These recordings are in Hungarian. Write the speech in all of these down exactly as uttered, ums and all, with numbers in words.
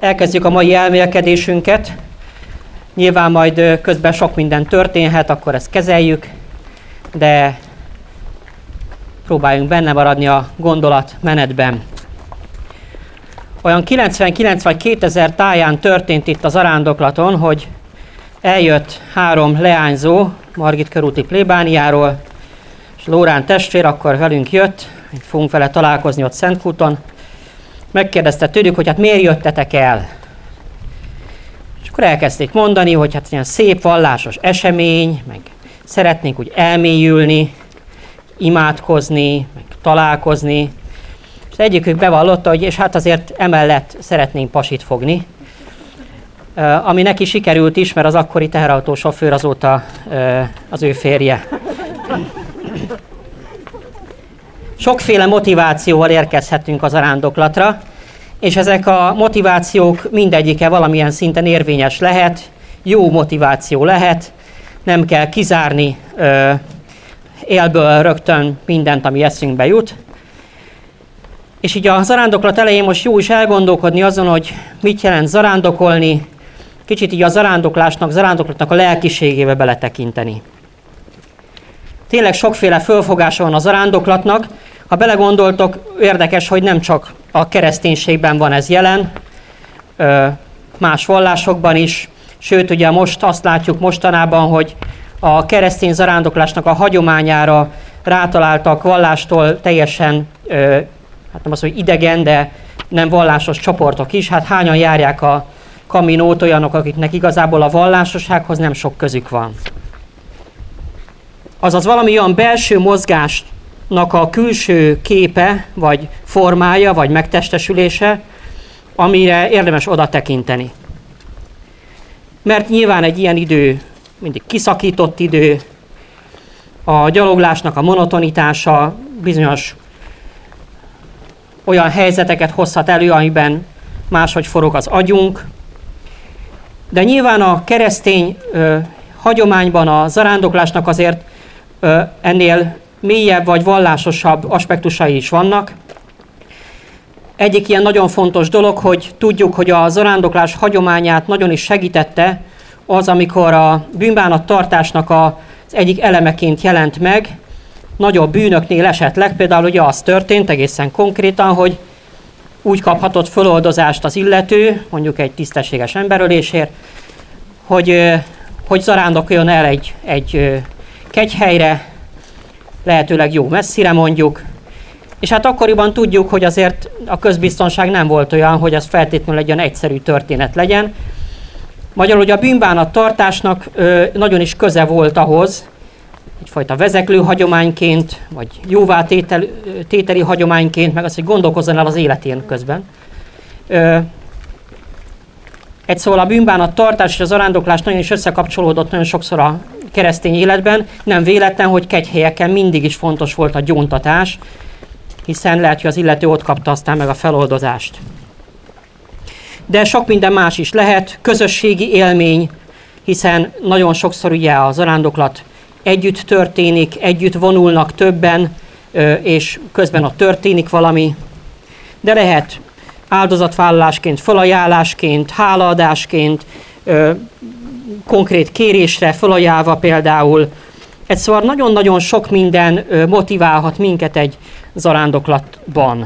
Elkezdjük a mai elmélkedésünket. Nyilván majd közben sok minden történhet, akkor ezt kezeljük, de próbáljunk benne maradni a gondolatmenetben. Olyan kilencvenkilenc vagy kétezer táján történt itt az zarándoklaton, hogy eljött három leányzó Margit körúti plébániáról, és Lórán testvér akkor velünk jött, fogunk vele találkozni ott Szentkúton. Megkérdezte tőlük, hogy hát miért jöttetek el? És akkor elkezdték mondani, hogy hát ilyen szép vallásos esemény, meg szeretnénk úgy elmélyülni, imádkozni, meg találkozni. És egyikük bevallotta, hogy és hát azért emellett szeretnénk pasit fogni, ami neki sikerült is, mert az akkori teherautósofőr azóta az ő férje. Sokféle motivációval érkezhetünk az zarándoklatra, és ezek a motivációk mindegyike valamilyen szinten érvényes lehet, jó motiváció lehet, nem kell kizárni ö, élből rögtön mindent, ami eszünkbe jut. És így a zarándoklat elején most jó is elgondolkodni azon, hogy mit jelent zarándokolni, kicsit így a zarándoklásnak, zarándoklatnak a lelkiségébe beletekinteni. Tényleg sokféle fölfogása van a zarándoklatnak. Ha belegondoltok, érdekes, hogy nem csak a kereszténységben van ez jelen, más vallásokban is, sőt, ugye most azt látjuk mostanában, hogy a keresztény zarándoklásnak a hagyományára rátaláltak vallástól teljesen, hát nem az, hogy idegen, de nem vallásos csoportok is. Hát hányan járják a Kaminót olyanok, akiknek igazából a vallásossághoz nem sok közük van. Azaz valami olyan belső mozgásnak a külső képe, vagy formája, vagy megtestesülése, amire érdemes oda tekinteni. Mert nyilván egy ilyen idő mindig kiszakított idő, a gyaloglásnak a monotonitása bizonyos olyan helyzeteket hozhat elő, amiben máshogy forog az agyunk. De nyilván a keresztény ö, hagyományban a zarándoklásnak azért ö, ennél mélyebb vagy vallásosabb aspektusai is vannak. Egyik ilyen nagyon fontos dolog, hogy tudjuk, hogy a zarándoklás hagyományát nagyon is segítette az, amikor a bűnbánattartásnak az egyik elemeként jelent meg, nagyobb bűnöknél esetleg, például ugye az történt egészen konkrétan, hogy úgy kaphatott föloldozást az illető, mondjuk egy tisztességes emberölésért, hogy, hogy zarándokoljon el egy, egy kegyhelyre, lehetőleg jó messzire mondjuk, és hát akkoriban tudjuk, hogy azért a közbiztonság nem volt olyan, hogy ez feltétlenül egy olyan egyszerű történet legyen. Magyarul, hogy a bűnbánattartásnak nagyon is köze volt ahhoz, egyfajta vezeklő hagyományként, vagy jóvá tétel, tételi hagyományként, meg az, hogy gondolkozzon el az életén közben. Egy szóval a bűnbánattartás és az zarándoklás nagyon is összekapcsolódott nagyon sokszor a keresztény életben. Nem véletlen, hogy kegyhelyeken mindig is fontos volt a gyóntatás, hiszen lehet, hogy az illető ott kapta aztán meg a feloldozást. De sok minden más is lehet, közösségi élmény, hiszen nagyon sokszor ugye a zarándoklat együtt történik, együtt vonulnak többen, és közben ott történik valami. De lehet áldozatvállalásként, felajánlásként, hálaadásként, konkrét kérésre felajánlva például. Egy szóval nagyon-nagyon sok minden motiválhat minket egy zarándoklatban.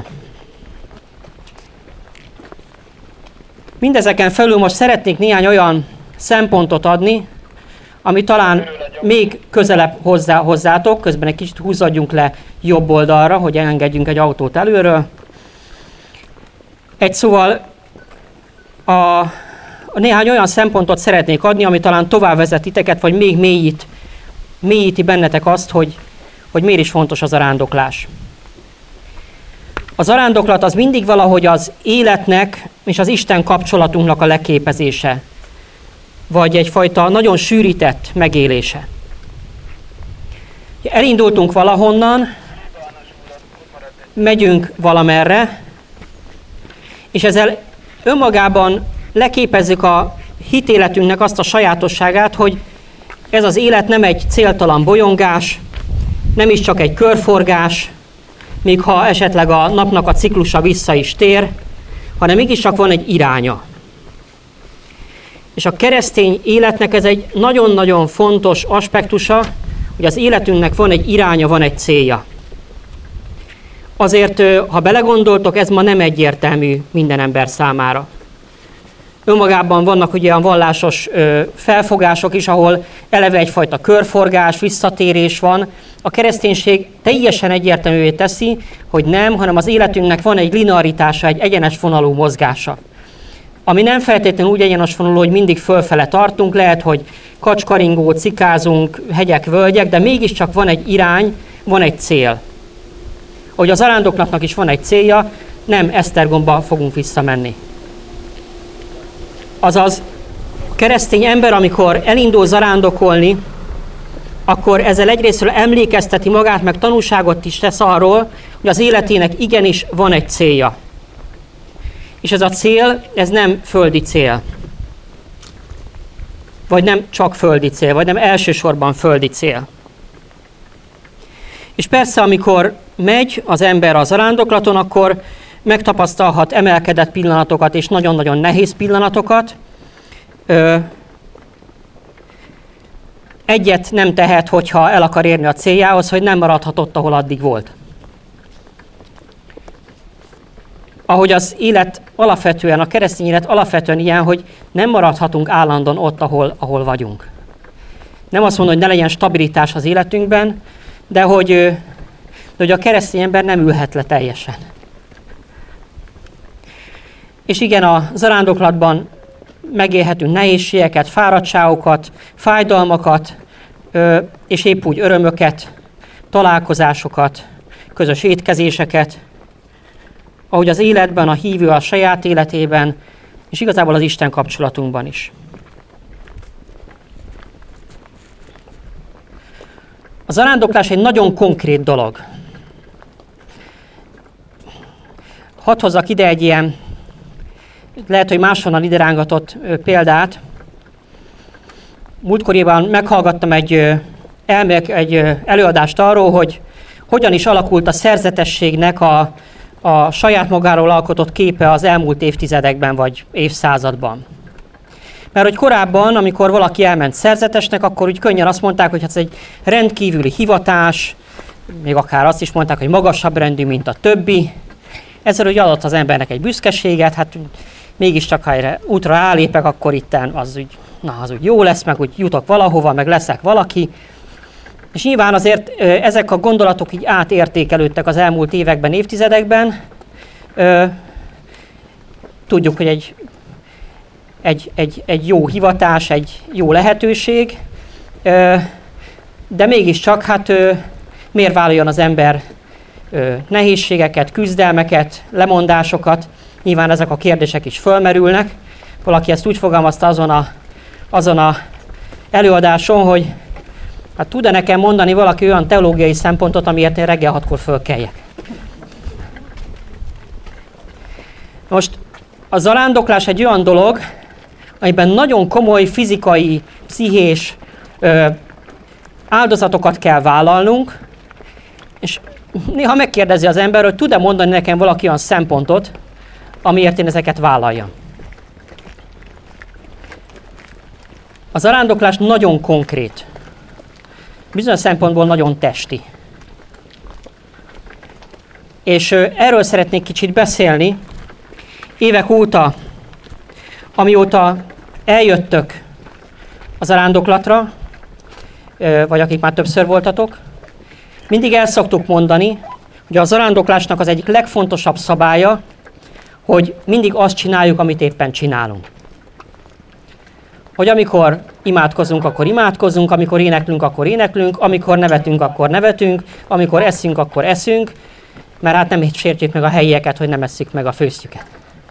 Mindezeken felül most szeretnék néhány olyan szempontot adni, ami talán még közelebb hozzá, hozzátok, közben egy kicsit húzódjunk le jobb oldalra, hogy elengedjünk egy autót előről. Egy szóval a, a néhány olyan szempontot szeretnék adni, ami talán tovább vezet titeket, vagy még mélyít, mélyíti bennetek azt, hogy, hogy miért is fontos az zarándoklás. A zarándoklat az mindig valahogy az életnek és az Isten kapcsolatunknak a leképezése, vagy egyfajta nagyon sűrített megélése. Elindultunk valahonnan, megyünk valamerre, és ezzel önmagában leképezzük a hitéletünknek azt a sajátosságát, hogy ez az élet nem egy céltalan bolyongás, nem is csak egy körforgás, még ha esetleg a napnak a ciklusa vissza is tér, hanem mégiscsak van egy iránya. És a keresztény életnek ez egy nagyon-nagyon fontos aspektusa, hogy az életünknek van egy iránya, van egy célja. Azért, ha belegondoltok, ez ma nem egyértelmű minden ember számára. Önmagában vannak ugye olyan vallásos felfogások is, ahol eleve egyfajta körforgás, visszatérés van. A kereszténység teljesen egyértelművé teszi, hogy nem, hanem az életünknek van egy linearitása, egy egyenes vonalú mozgása. Ami nem feltétlenül úgy egyenes vonalú, hogy mindig fölfele tartunk, lehet, hogy kacskaringó, cikázunk, hegyek, völgyek, de mégiscsak van egy irány, van egy cél. Hogy az zarándoklatnak is van egy célja, nem Esztergomba fogunk visszamenni. Azaz, a keresztény ember, amikor elindul zarándokolni, akkor ezzel egyrésztről emlékezteti magát, meg tanúságot is tesz arról, hogy az életének igenis van egy célja. És ez a cél, ez nem földi cél. Vagy nem csak földi cél, vagy nem elsősorban földi cél. És persze, amikor megy az ember a zarándoklaton, akkor megtapasztalhat emelkedett pillanatokat és nagyon-nagyon nehéz pillanatokat. Ö, egyet nem tehet, hogyha el akar érni a céljához, hogy nem maradhat ott, ahol addig volt. Ahogy az élet alapvetően, a keresztény élet alapvetően ilyen, hogy nem maradhatunk állandóan ott, ahol, ahol vagyunk. Nem azt mondom, hogy ne legyen stabilitás az életünkben, de hogy, de hogy a keresztény ember nem ülhet le teljesen. És igen, a zarándoklatban megélhetünk nehézségeket, fáradtságokat, fájdalmakat, és épp úgy örömöket, találkozásokat, közös étkezéseket, ahogy az életben, a hívő a saját életében, és igazából az Isten kapcsolatunkban is. A zarándoklás egy nagyon konkrét dolog. Hadd hozzak ide egy ilyen, lehet, hogy máshonnan ide rángatott példát. Múltkoriban meghallgattam egy, elmék, egy előadást arról, hogy hogyan is alakult a szerzetességnek a, a saját magáról alkotott képe az elmúlt évtizedekben vagy évszázadban. Mert hogy korábban, amikor valaki elment szerzetesnek, akkor úgy könnyen azt mondták, hogy ez egy rendkívüli hivatás, még akár azt is mondták, hogy magasabb rendű, mint a többi. Ezzel úgy adott az embernek egy büszkeséget, hát mégiscsak, ha erre útra állépek, akkor itten az úgy, na, az úgy jó lesz, meg úgy jutok valahova, meg leszek valaki. És nyilván azért ezek a gondolatok így átértékelődtek az elmúlt években, évtizedekben. Tudjuk, hogy egy, egy, egy, egy jó hivatás, egy jó lehetőség, de mégiscsak, hát miért vállaljon az ember nehézségeket, küzdelmeket, lemondásokat? Nyilván ezek a kérdések is fölmerülnek. Valaki ezt úgy fogalmazta azon a, azon a előadáson, hogy hát tud-e nekem mondani valaki olyan teológiai szempontot, amiért én reggel hatkor fölkeljek. Most a zarándoklás egy olyan dolog, amiben nagyon komoly fizikai, pszichés ö, áldozatokat kell vállalnunk, és néha megkérdezi az ember, hogy tud-e mondani nekem valaki olyan szempontot, amiért én ezeket vállaljam. A zarándoklás nagyon konkrét. Bizonyos szempontból nagyon testi. És erről szeretnék kicsit beszélni. Évek óta, amióta eljöttök a zarándoklatra, vagy akik már többször voltatok, mindig el szoktuk mondani, hogy a zarándoklásnak az egyik legfontosabb szabálya, hogy mindig azt csináljuk, amit éppen csinálunk. Hogy amikor imádkozunk, akkor imádkozunk, amikor éneklünk, akkor éneklünk, amikor nevetünk, akkor nevetünk, amikor eszünk, akkor eszünk, mert hát nem sértjük meg a helyieket, hogy nem esszük meg a főztjüket.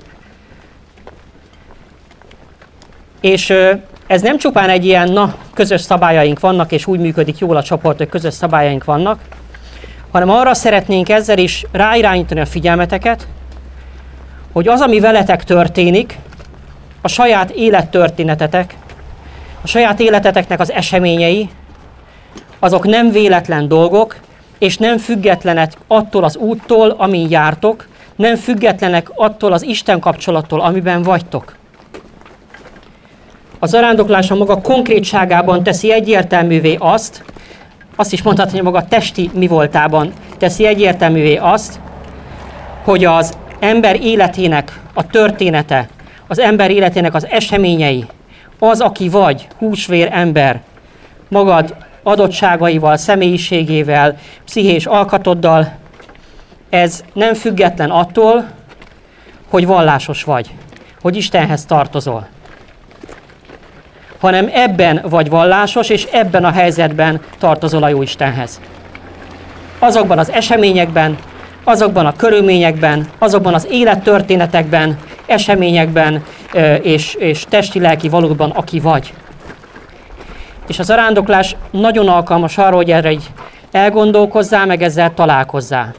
És ez nem csupán egy ilyen, na, közös szabályaink vannak, és úgy működik jól a csoport, hogy közös szabályaink vannak, hanem arra szeretnénk ezzel is ráirányítani a figyelmeteket, hogy az, ami veletek történik, a saját élettörténetetek, a saját életeteknek az eseményei, azok nem véletlen dolgok, és nem függetlenek attól az úttól, amin jártok, nem függetlenek attól az Isten kapcsolattól, amiben vagytok. A zarándoklás a maga konkrétságában teszi egyértelművé azt, azt is mondhatni, hogy maga testi mi voltában teszi egyértelművé azt, hogy az ember életének a története, az ember életének az eseményei, az, aki vagy, húsvér ember, magad adottságaival, személyiségével, pszichés alkatoddal, ez nem független attól, hogy vallásos vagy, hogy Istenhez tartozol, hanem ebben vagy vallásos, és ebben a helyzetben tartozol a Jóistenhez. Azokban az eseményekben, azokban a körülményekben, azokban az élettörténetekben, eseményekben és, és testi-lelki valóban, aki vagy. És a zarándoklás nagyon alkalmas arra, hogy erre így elgondolkozzál, meg ezzel találkozzál.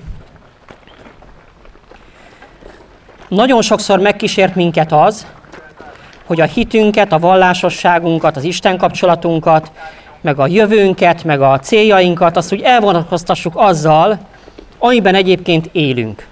Nagyon sokszor megkísért minket az, hogy a hitünket, a vallásosságunkat, az Isten kapcsolatunkat, meg a jövőnket, meg a céljainkat, azt úgy elvonatkoztassuk azzal, amiben egyébként élünk.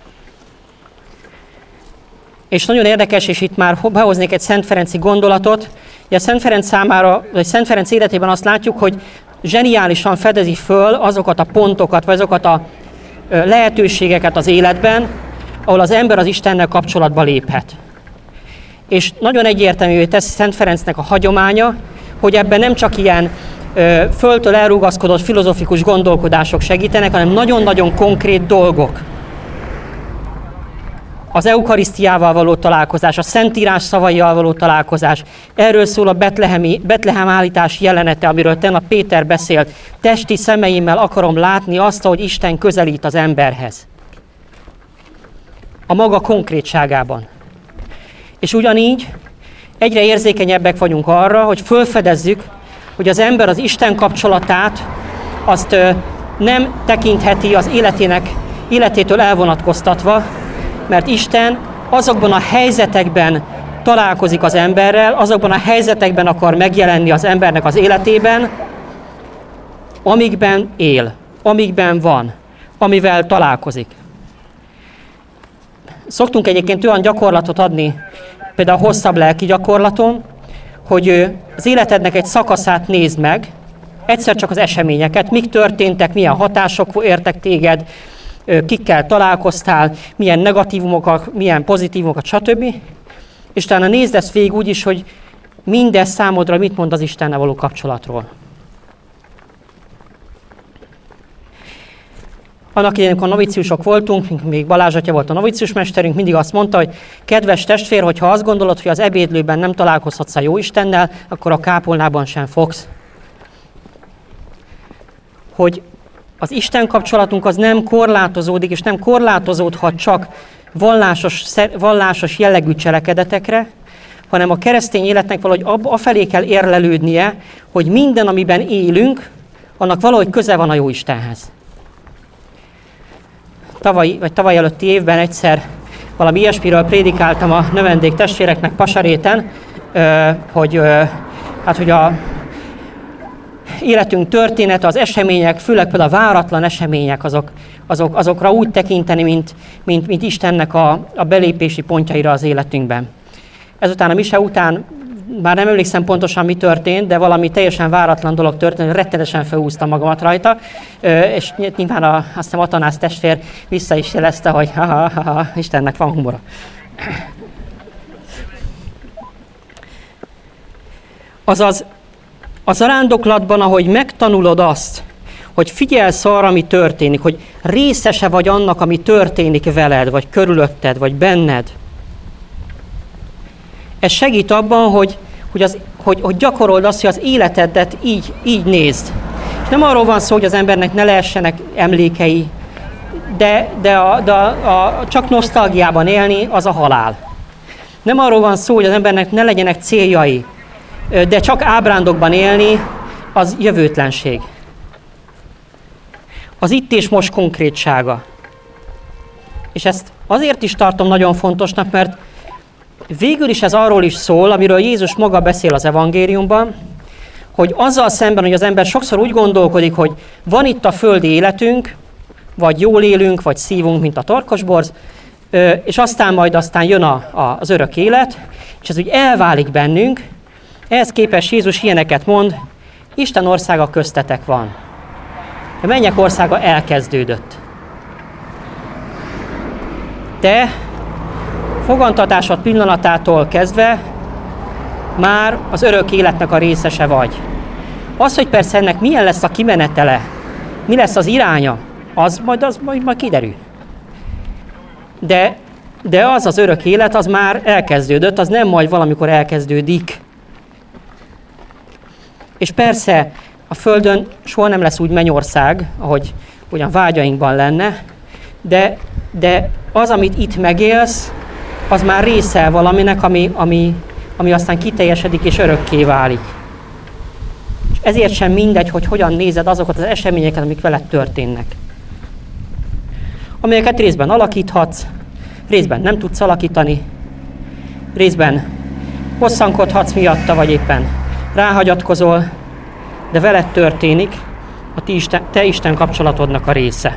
És nagyon érdekes, és itt már behoznék egy Szent Ferenci gondolatot, hogy a Szent Ferenc számára, vagy Szent Ferenc életében azt látjuk, hogy zseniálisan fedezi föl azokat a pontokat, vagy azokat a lehetőségeket az életben, ahol az ember az Istennel kapcsolatba léphet. És nagyon egyértelművé teszi Szent Ferencnek a hagyománya, hogy ebben nem csak ilyen ö, földtől elrugaszkodott filozofikus gondolkodások segítenek, hanem nagyon-nagyon konkrét dolgok. Az eukarisztiával való találkozás, a Szentírás szavaival való találkozás. Erről szól a betlehemi, Betlehem állítás jelenete, amiről tegnap Péter beszélt. Testi szemeimmel akarom látni azt, hogy Isten közelít az emberhez. A maga konkrétságában. És ugyanígy egyre érzékenyebbek vagyunk arra, hogy fölfedezzük, hogy az ember az Isten kapcsolatát azt ö, nem tekintheti az életének, életétől elvonatkoztatva, mert Isten azokban a helyzetekben találkozik az emberrel, azokban a helyzetekben akar megjelenni az embernek az életében, amikben él, amikben van, amivel találkozik. Szoktunk egyébként olyan gyakorlatot adni, például a hosszabb lelki gyakorlaton, hogy az életednek egy szakaszát nézd meg, egyszer csak az eseményeket, mik történtek, milyen hatások értek téged, kikkel találkoztál, milyen negatívumokat, milyen pozitívumokat, stb. És utána nézd ezt végig úgy is, hogy mindez számodra mit mond az Istennel való kapcsolatról. Annak idején, amikor noviciusok voltunk, még Balázs atya volt a noviciusmesterünk, mindig azt mondta, hogy kedves testvér, hogyha azt gondolod, hogy az ebédlőben nem találkozhatsz a Jóistennel, akkor a kápolnában sem fogsz. Hogy az Isten kapcsolatunk az nem korlátozódik, és nem korlátozódhat csak vallásos, vallásos jellegű cselekedetekre, hanem a keresztény életnek valahogy afelé kell érlelődnie, hogy minden, amiben élünk, annak valahogy köze van a Jóistenhez. Tavaly, vagy tavaly előtti évben egyszer valami ilyesmiről prédikáltam a növendék testvéreknek Pasaréten, hogy, hát, hogy a életünk története, az események, főleg például a váratlan események, azok, azok, azokra úgy tekinteni, mint, mint, mint Istennek a, a belépési pontjaira az életünkben. Ezután a mise után már nem emlékszem pontosan, mi történt, de valami teljesen váratlan dolog történt, rettenetesen felhúztam magamat rajta, és nyilván a, azt hiszem Atanász testvér vissza is jelezte, hogy ha, ha, ha, ha, Istennek van humora. Azaz, a zarándoklatban, ahogy megtanulod azt, hogy figyelsz arra, ami történik, hogy részese vagy annak, ami történik veled, vagy körülötted, vagy benned, ez segít abban, hogy, hogy, az, hogy, hogy gyakorold azt, hogy az életedet így, így nézd. És nem arról van szó, hogy az embernek ne lehessenek emlékei, de, de, a, de a, a, csak nosztalgiában élni, az a halál. Nem arról van szó, hogy az embernek ne legyenek céljai, de csak ábrándokban élni, az jövőtlenség. Az itt és most konkrétsága. És ezt azért is tartom nagyon fontosnak, mert végül is ez arról is szól, amiről Jézus maga beszél az evangéliumban, hogy azzal szemben, hogy az ember sokszor úgy gondolkodik, hogy van itt a földi életünk, vagy jól élünk, vagy szívunk, mint a torkosborz, és aztán majd aztán jön a, a, az örök élet, és ez úgy elválik bennünk, Ehhez képest Jézus ilyeneket mond, Isten országa köztetek van. A mennyek országa elkezdődött. Te fogantatásod pillanatától kezdve már az örök életnek a részese vagy. Az, hogy persze ennek milyen lesz a kimenetele, mi lesz az iránya, az majd, az majd, majd kiderül. De, de az az örök élet, az már elkezdődött, az nem majd valamikor elkezdődik. És persze a Földön soha nem lesz úgy mennyország, ahogy ugyan vágyainkban lenne, de, de az, amit itt megélsz, az már része valaminek, ami, ami, ami aztán kiteljesedik és örökké válik. És ezért sem mindegy, hogy hogyan nézed azokat az eseményeket, amik veled történnek. Amelyeket részben alakíthatsz, részben nem tudsz alakítani, részben bosszankodhatsz miatta, vagy éppen ráhagyatkozol, de veled történik a ti Isten, te Isten kapcsolatodnak a része.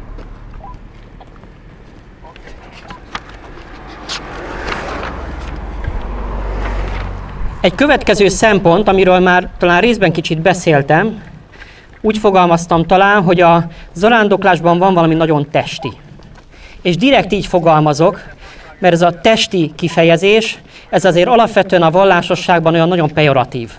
Egy következő szempont, amiről már talán részben kicsit beszéltem, úgy fogalmaztam talán, hogy a zarándoklásban van valami nagyon testi. És direkt így fogalmazok, mert ez a testi kifejezés, ez azért alapvetően a vallásosságban olyan nagyon pejoratív.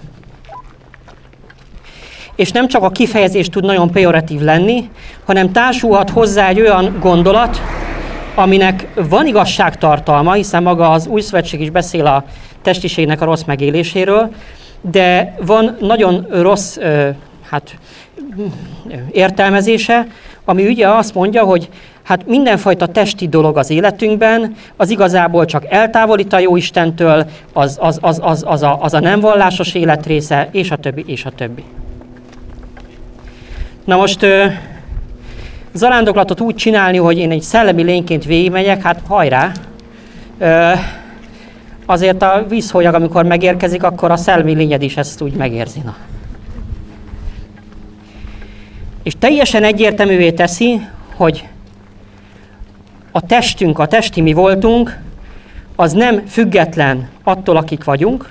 És nem csak a kifejezés tud nagyon pejoratív lenni, hanem társulhat hozzá egy olyan gondolat, aminek van igazságtartalma, hiszen maga az Új Szövetség is beszél a testiségnek a rossz megéléséről, de van nagyon rossz hát, értelmezése, ami ugye azt mondja, hogy hát mindenfajta testi dolog az életünkben, az igazából csak eltávolít a Jóistentől, az, az, az, az, az, a, az a nem vallásos élet része, és a többi, és a többi. Na most zarándoklatot úgy csinálni, hogy én egy szellemi lényként végigmegyek, hát hajrá! Azért a vízhólyag, amikor megérkezik, akkor a szellemi lényed is ezt úgy megérzi. Na. És teljesen egyértelművé teszi, hogy a testünk, a testi mi voltunk, az nem független attól, akik vagyunk,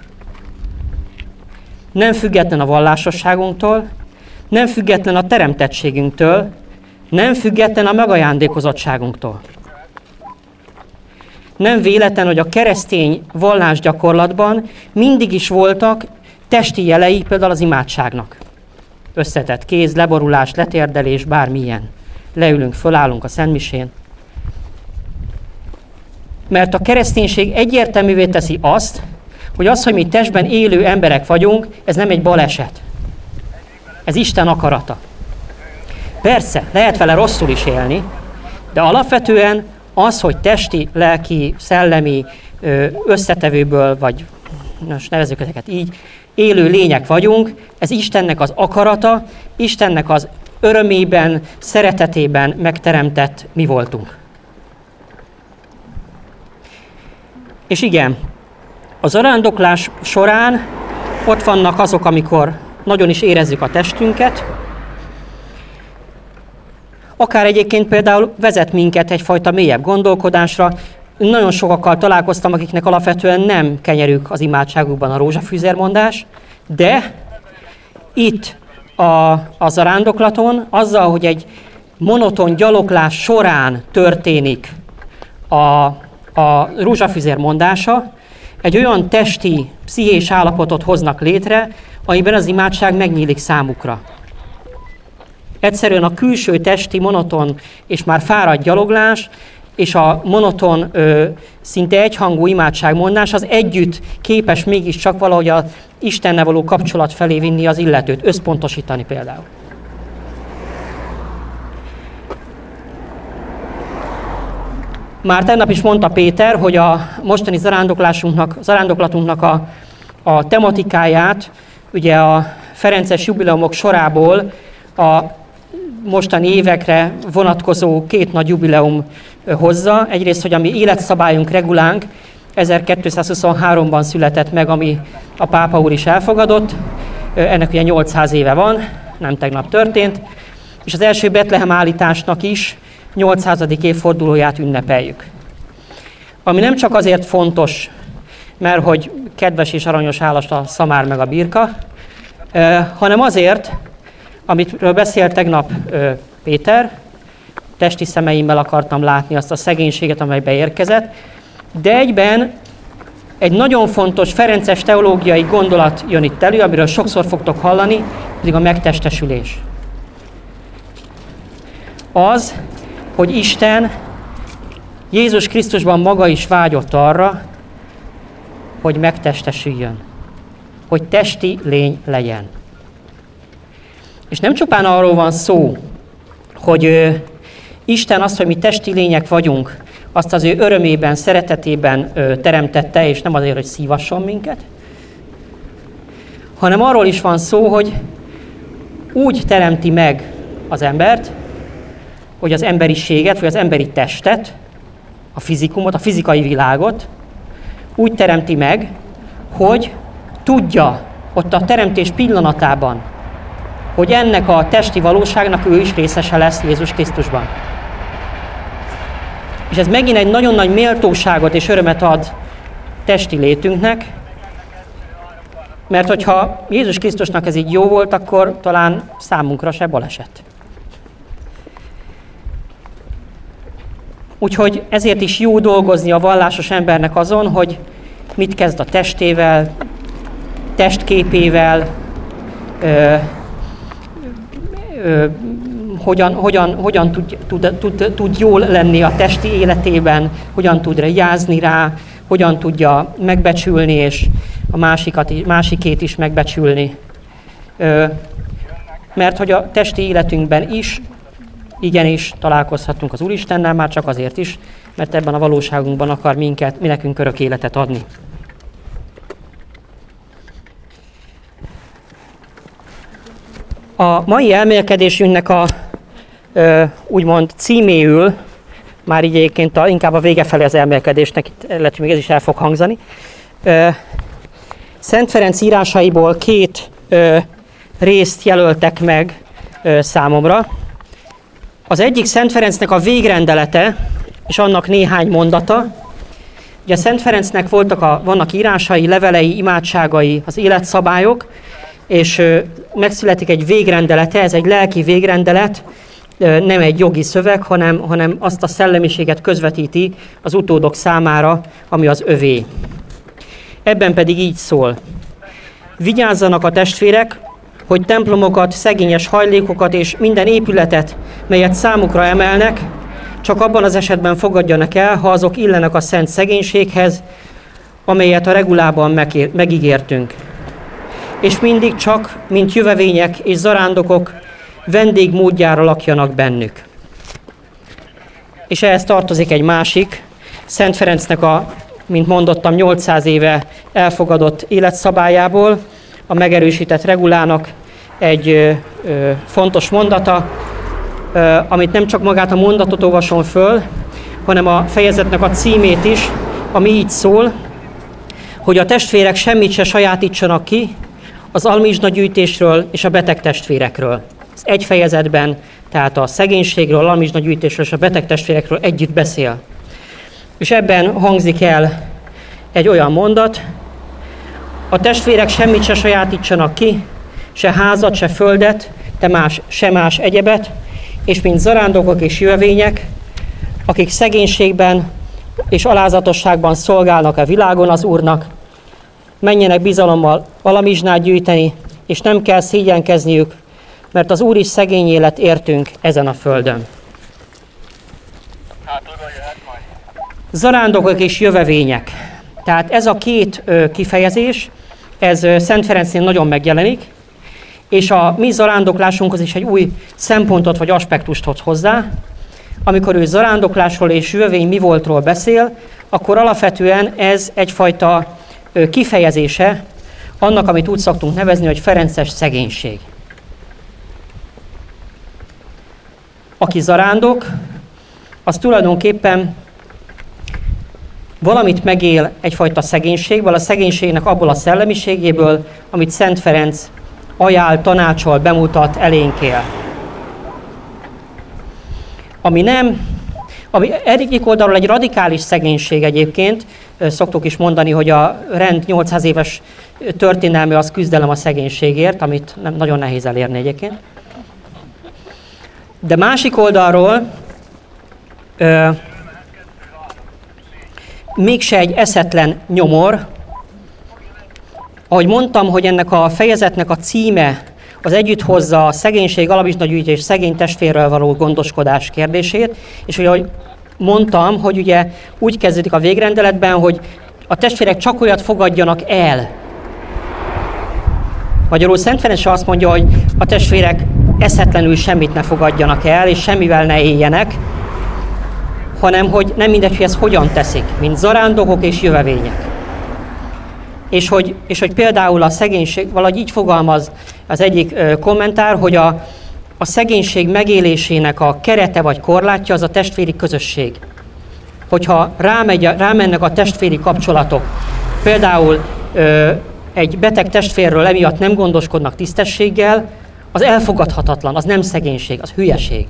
nem független a vallásosságunktól, nem független a teremtettségünktől, nem független a megajándékozottságunktól. Nem véletlen, hogy a keresztény vallásgyakorlatban mindig is voltak testi jelei, például az imádságnak. Összetett kéz, leborulás, letérdelés, bármilyen. Leülünk, fölállunk a szentmisén. Mert a kereszténység egyértelművé teszi azt, hogy az, hogy mi testben élő emberek vagyunk, ez nem egy baleset. Ez Isten akarata. Persze, lehet vele rosszul is élni, de alapvetően az, hogy testi, lelki, szellemi összetevőből, vagy most nevezzük ezeket így, élő lények vagyunk, ez Istennek az akarata, Istennek az örömében, szeretetében megteremtett mi voltunk. És igen, a zarándoklás során ott vannak azok, amikor nagyon is érezzük a testünket, akár egyébként például vezet minket egyfajta mélyebb gondolkodásra. Nagyon sokakkal találkoztam, akiknek alapvetően nem kenyerük az imádságukban a rózsafűzérmondás, de itt a, a zarándoklaton, azzal, hogy egy monoton gyaloglás során történik a, a rózsafűzér mondása, egy olyan testi, pszichés állapotot hoznak létre, amiben az imádság megnyílik számukra. Egyszerűen a külső testi, monoton és már fáradt gyaloglás és a monoton, ö, szinte egyhangú imádságmondás az együtt képes mégiscsak valahogy az Istennel való kapcsolat felé vinni az illetőt, összpontosítani például. Már tegnap is mondta Péter, hogy a mostani zarándoklásunknak, zarándoklatunknak a, a tematikáját ugye a ferences jubileumok sorából a mostani évekre vonatkozó két nagy jubileum hozza. Egyrészt, hogy a mi életszabályunk, regulánk ezerkétszázhuszonháromban született meg, ami a pápa úr is elfogadott. Ennek ugye nyolcszáz éve van, nem tegnap történt. És az első Betlehem állításnak is nyolcszázadik évfordulóját ünnepeljük. Ami nem csak azért fontos, mert hogy kedves és aranyos állat a szamár meg a birka, hanem azért, amitről beszélt tegnap Péter, testi szemeimmel akartam látni azt a szegénységet, amely beérkezett, de egyben egy nagyon fontos ferences teológiai gondolat jön itt elő, amiről sokszor fogtok hallani, pedig a megtestesülés. Az, hogy Isten Jézus Krisztusban maga is vágyott arra, hogy megtestesüljön, hogy testi lény legyen. És nem csupán arról van szó, hogy ő, Isten azt, hogy mi testi lények vagyunk, azt az ő örömében, szeretetében ö, teremtette, és nem azért, hogy szívasson minket, hanem arról is van szó, hogy úgy teremti meg az embert, hogy az emberiséget, vagy az emberi testet, a fizikumot, a fizikai világot úgy teremti meg, hogy tudja ott a teremtés pillanatában, hogy ennek a testi valóságnak ő is részese lesz Jézus Krisztusban. És ez megint egy nagyon nagy méltóságot és örömet ad testi létünknek, mert hogyha Jézus Krisztusnak ez így jó volt, akkor talán számunkra se baleset. Úgyhogy ezért is jó dolgozni a vallásos embernek azon, hogy mit kezd a testével, testképével, ö, ö, hogyan, hogyan, hogyan tud, tud, tud, tud jól lenni a testi életében, hogyan tud vigyázni rá, hogyan tudja megbecsülni, és a másikat, másikét is megbecsülni. Ö, mert hogy a testi életünkben is, igenis találkozhatunk az Úristennel, már csak azért is, mert ebben a valóságunkban akar minket, mi nekünk örök életet adni. A mai elmélkedésünknek a ö, úgymond címéül, már így egyébként a, inkább a vége felé az elmélkedésnek, itt lehet, hogy még ez is el fog hangzani, ö, Szent Ferenc írásaiból két ö, részt jelöltek meg ö, számomra. Az egyik Szent Ferencnek a végrendelete, és annak néhány mondata. Ugye Szent Ferencnek voltak a, vannak írásai, levelei, imádságai, az életszabályok, és ö, megszületik egy végrendelete, ez egy lelki végrendelet, ö, nem egy jogi szöveg, hanem, hanem azt a szellemiséget közvetíti az utódok számára, ami az övé. Ebben pedig így szól: vigyázzanak a testvérek, hogy templomokat, szegényes hajlékokat és minden épületet, melyet számukra emelnek, csak abban az esetben fogadjanak el, ha azok illenek a szent szegénységhez, amelyet a regulában megér, megígértünk. És mindig csak, mint jövevények és zarándokok, vendég módjára lakjanak bennük. És ehhez tartozik egy másik, Szent Ferencnek a, mint mondottam, nyolcszáz éve elfogadott életszabályából, a megerősített regulának egy ö, ö, fontos mondata, ö, amit nem csak magát a mondatot olvasom föl, hanem a fejezetnek a címét is, ami így szól, hogy a testvérek semmit se sajátítsanak ki az almizsnagyűjtésről és a beteg testvérekről. Ez egy fejezetben, tehát a szegénységről, almizsnagyűjtésről és a beteg testvérekről együtt beszél. És ebben hangzik el egy olyan mondat: a testvérek semmit se sajátítsanak ki, se házat, se földet, de más, se más egyebet, és mint zarándokok és jövevények, akik szegénységben és alázatosságban szolgálnak a világon az Úrnak, menjenek bizalommal alamizsnát gyűjteni, és nem kell szégyenkezniük, mert az Úr is szegény élet értünk ezen a földön. Zarándokok és jövevények. Tehát ez a két ö, kifejezés, ez ö, Szent Ferencnél nagyon megjelenik, és a mi zarándoklásunkhoz is egy új szempontot vagy aspektust hoz hozzá. Amikor ő zarándoklásról és jövevény mi voltról beszél, akkor alapvetően ez egyfajta ö, kifejezése annak, amit úgy szoktunk nevezni, hogy ferences szegénység. Aki zarándok, az tulajdonképpen valamit megél egyfajta szegénységből, a szegénységnek abból a szellemiségéből, amit Szent Ferenc ajánl, tanácsol, bemutat, elénk él. Ami nem Ami egyik oldalról egy radikális szegénység egyébként, szoktuk is mondani, hogy a rend nyolcszáz éves történelme az küzdelem a szegénységért, amit nem nagyon nehéz elérni egyébként. De másik oldalról ö, mégse egy eszetlen nyomor. Ahogy mondtam, hogy ennek a fejezetnek a címe az együtt hozza a szegénység, alapvizsgagyűjtés és szegény testvérrel való gondoskodás kérdését, és hogy ahogy mondtam, hogy ugye úgy kezdődik a végrendeletben, hogy a testvérek csak olyat fogadjanak el. Magyarul Szent Ferenc azt mondja, hogy a testvérek eszetlenül semmit ne fogadjanak el, és semmivel ne éljenek, hanem hogy nem mindegy, hogy ezt hogyan teszik, mint zarándokok és jövevények. És hogy, és hogy például a szegénység, valahogy így fogalmaz az egyik ö, kommentár, hogy a, a szegénység megélésének a kerete vagy korlátja az a testvéri közösség. Hogyha rámegy, rámennek a testvéri kapcsolatok, például ö, egy beteg testvérről emiatt nem gondoskodnak tisztességgel, az elfogadhatatlan, az nem szegénység, az hülyeség.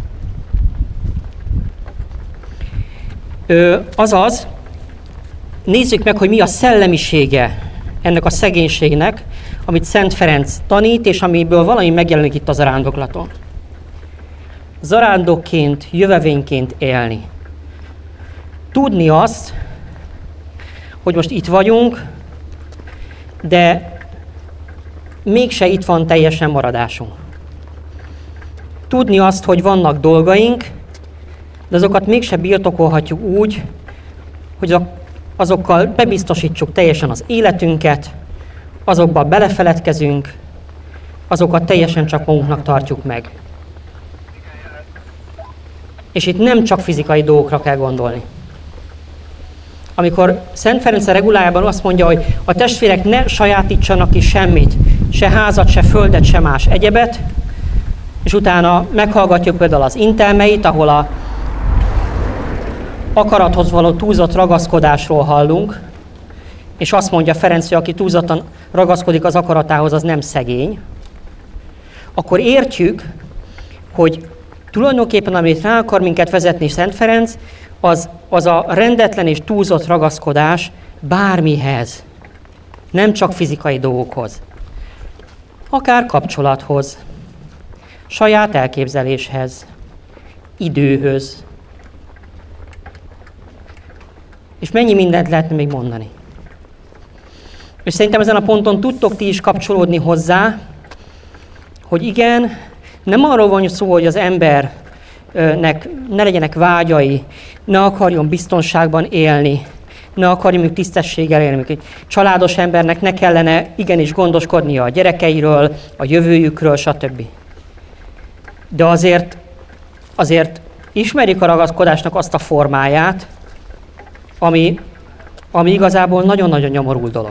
Ö, azaz, nézzük meg, hogy mi a szellemisége ennek a szegénységnek, amit Szent Ferenc tanít, és amiből valami megjelenik itt a zarándoklaton. Zarándokként, jövevényként élni. Tudni azt, hogy most itt vagyunk, de mégse itt van teljesen maradásunk. Tudni azt, hogy vannak dolgaink, de azokat mégse birtokolhatjuk úgy, hogy azokkal bebiztosítsuk teljesen az életünket, azokba belefeledkezünk, azokat teljesen csak magunknak tartjuk meg. És itt nem csak fizikai dolgokra kell gondolni. Amikor Szent Ferenc a regulájában azt mondja, hogy a testvérek ne sajátítsanak ki semmit, se házat, se földet, se más egyebet, és utána meghallgatjuk például az intelmeit, ahol a akarathoz való túlzott ragaszkodásról hallunk, és azt mondja Ferenc, hogy aki túlzottan ragaszkodik az akaratához, az nem szegény, akkor értjük, hogy tulajdonképpen, amit rá akar minket vezetni Szent Ferenc, az, az a rendetlen és túlzott ragaszkodás bármihez, nem csak fizikai dolgokhoz, akár kapcsolathoz, saját elképzeléshez, időhöz. És mennyi mindent lehetne még mondani. És szerintem ezen a ponton tudtok ti is kapcsolódni hozzá, hogy igen, nem arról van szó, hogy az embernek ne legyenek vágyai, ne akarjon biztonságban élni, ne akarjon tisztességgel élni. Egy családos embernek ne kellene igenis gondoskodnia a gyerekeiről, a jövőjükről, stb. De azért, azért ismerjük a ragaszkodásnak azt a formáját, ami, ami igazából nagyon-nagyon nyomorult dolog.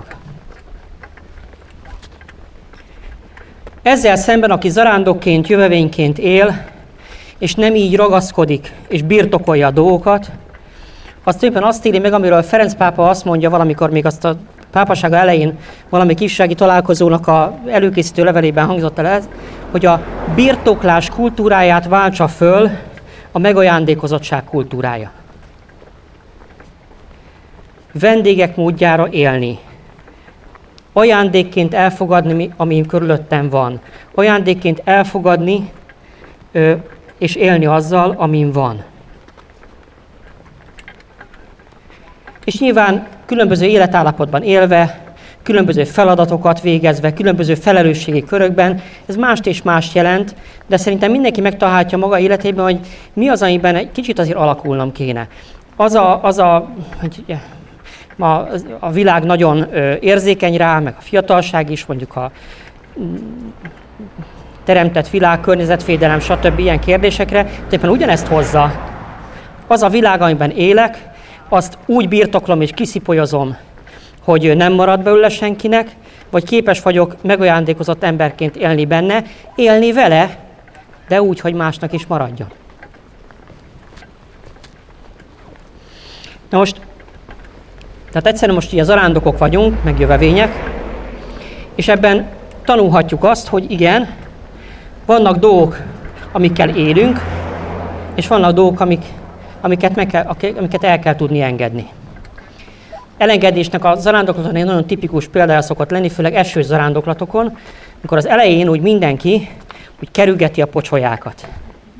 Ezzel szemben, aki zarándokként, jövevényként él, és nem így ragaszkodik, és birtokolja a dolgokat, az tulajdonképpen azt éli meg, amiről Ferenc pápa azt mondja valamikor, még azt a pápasága elején valami ifjúsági találkozónak a előkészítő levelében hangzott el ez, hogy a birtoklás kultúráját váltsa föl a megajándékozottság kultúrája. Vendégek módjára élni. Ajándékként elfogadni, ami körülöttem van. Ajándékként elfogadni ö, és élni azzal, amin van. És nyilván különböző életállapotban élve, különböző feladatokat végezve, különböző felelősségi körökben, ez mást és mást jelent, de szerintem mindenki megtalálhatja maga életében, hogy mi az, amiben egy kicsit azért alakulnom kéne. Az a, az a hogy ma a világ nagyon érzékeny rá, meg a fiatalság is, mondjuk a teremtett világ, környezetvédelem, stb. Ilyen kérdésekre, éppen ugyanezt hozza. Az a világ, amiben élek, azt úgy birtoklom és kiszipolyozom, hogy nem marad belőle senkinek, vagy képes vagyok megajándékozott emberként élni benne, élni vele, de úgy, hogy másnak is maradjon. Na most, tehát egyszerűen most így az zarándokok vagyunk, meg jövevények, és ebben tanulhatjuk azt, hogy igen, vannak dolgok, amikkel élünk, és vannak dolgok, amik amiket, meg kell, amiket el kell tudni engedni. Elengedésnek a zarándoklaton egy nagyon tipikus példája szokott lenni, főleg esős zarándoklatokon, amikor az elején úgy mindenki úgy kerülgeti a pocsolyákat.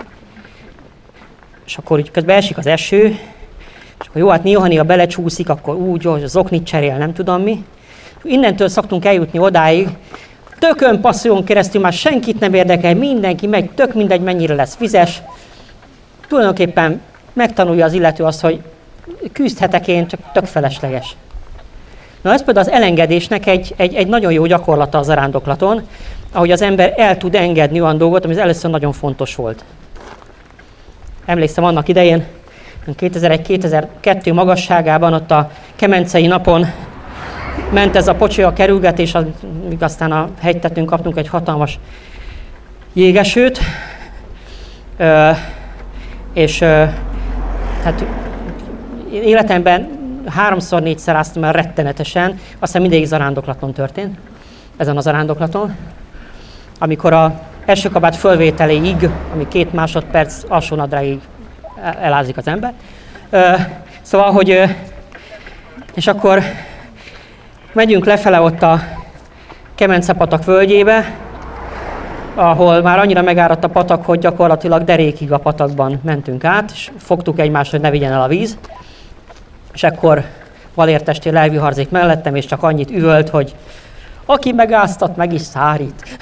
És akkor úgy közben esik az eső, és akkor jó, hát néha-néha belecsúszik, akkor úgy, hogy az oknit cserél, nem tudom mi. Innentől szoktunk eljutni odáig, tökön passzoljon keresztül, már senkit nem érdekel, mindenki megy, tök mindegy, mennyire lesz vizes. Tulajdonképpen megtanulja az illető azt, hogy küzdhetek én, csak tök felesleges. Na ez például az elengedésnek egy, egy, egy nagyon jó gyakorlata a zarándoklaton, ahogy az ember el tud engedni olyan dolgot, ami először nagyon fontos volt. Emlékszem annak idején, kétezer-egy kétezer-kettő magasságában, ott a Kemencei napon ment ez a pocsolya kerülgetés, míg aztán a hegytetőn kaptunk egy hatalmas jégesőt, ö, és ö, hát életemben háromszor, négyszer áztam el rettenetesen, aztán mindegyik zarándoklaton történt, ezen a zarándoklaton, amikor a első kabát fölvételéig, ami két másodperc alsónadrágig elázik az ember. Ö, szóval, hogy ö, és akkor megyünk lefele ott a Kemence-patak völgyébe, ahol már annyira megáradt a patak, hogy gyakorlatilag derékig a patakban mentünk át, és fogtuk egymást, hogy ne vigyen el a víz. És akkor Valértestér lelviharzék mellettem, és csak annyit üvölt, hogy aki megáztat, meg is szárít.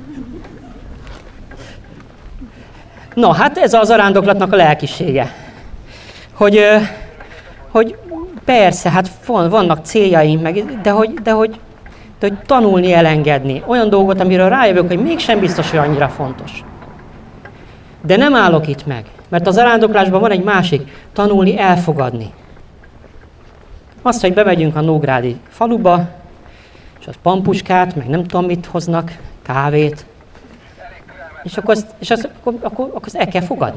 No, hát ez az zarándoklatnak a lelkisége. Hogy, hogy persze, hát vannak céljaim, meg, de, hogy, de, hogy, de hogy tanulni, elengedni. Olyan dolgot, amiről rájövök, hogy mégsem biztos, hogy annyira fontos. De nem állok itt meg, mert a zarándoklásban van egy másik, tanulni, elfogadni. Azt, hogy bemegyünk a nógrádi faluba, és az pampuskát, meg nem tudom mit hoznak, kávét, és akkor azt, és azt, akkor, akkor, akkor azt el kell fogadni.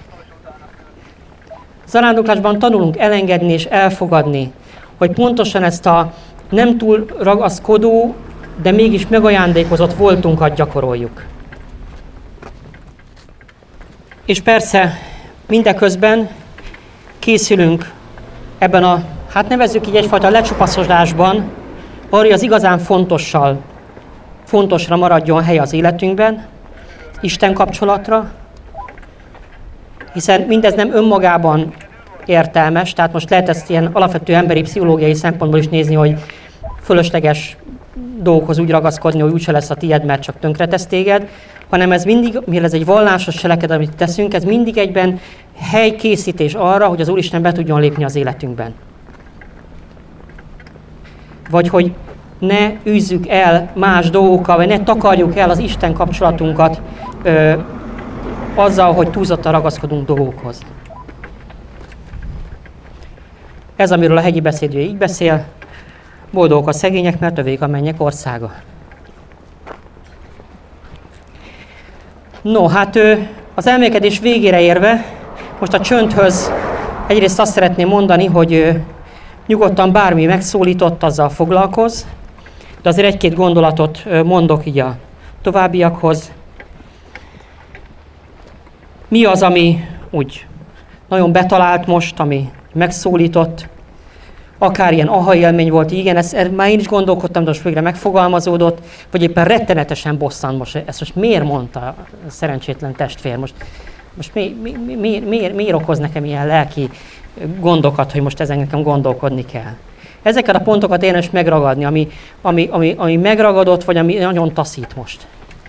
Zarándoklásban tanulunk elengedni és elfogadni, hogy pontosan ezt a nem túl ragaszkodó, de mégis megajándékozott voltunkat gyakoroljuk. És persze mindeközben készülünk ebben a, hát nevezzük így egyfajta lecsupaszodásban, arra, hogy az igazán fontossal, fontosra maradjon hely az életünkben, Isten kapcsolatra, hiszen mindez nem önmagában értelmes, tehát most lehet ezt ilyen alapvető emberi pszichológiai szempontból is nézni, hogy fölösleges dolgokhoz úgy ragaszkodni, hogy úgyse lesz a tied, mert csak tönkretesz téged, hanem ez mindig, mivel ez egy vallásos cselekedet, amit teszünk, ez mindig egyben helykészítés arra, hogy az Úristen be tudjon lépni az életünkben. Vagy hogy ne űzzük el más dolgokkal, vagy ne takarjuk el az Isten kapcsolatunkat ö, azzal, hogy túlzottan ragaszkodunk dolgokhoz. Ez, amiről a hegyi beszédő így beszél, boldogok a szegények, mert övék a mennyek országa. No, hát az elmélkedés végére érve, most a csöndhöz egyrészt azt szeretném mondani, hogy nyugodtan bármi megszólított, azzal foglalkozz, de azért egy-két gondolatot mondok így a továbbiakhoz. Mi az, ami úgy nagyon betalált most, ami megszólított, akár ilyen aha élmény volt, igen, ezt, ezt már én is gondolkodtam, de most végre megfogalmazódott, vagy éppen rettenetesen bosszant most. Ezt most miért mondta a szerencsétlen testvér? Most, most mi, mi, mi, mi, miért, miért okoz nekem ilyen lelki gondokat, hogy most ezen nekem gondolkodni kell? Ezeket a pontokat érdemes megragadni, ami, ami, ami, ami megragadott, vagy ami nagyon taszít most.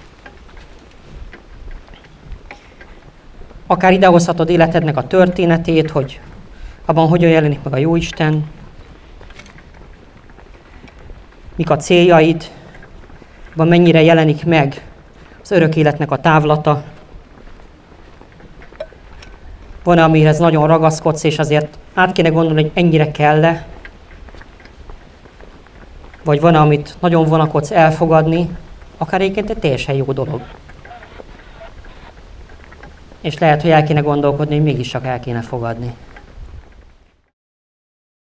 Akár idehozhatod életednek a történetét, hogy abban hogyan jelenik meg a Jóisten, mik a céljaid, abban mennyire jelenik meg az örök életnek a távlata. Van, amihez nagyon ragaszkodsz, és azért át kéne gondolni, hogy ennyire kell-e, vagy van, amit nagyon vonakodsz elfogadni, akár egyébként egy teljesen jó dolog. És lehet, hogy el kéne gondolkodni, hogy mégis csak el kéne fogadni.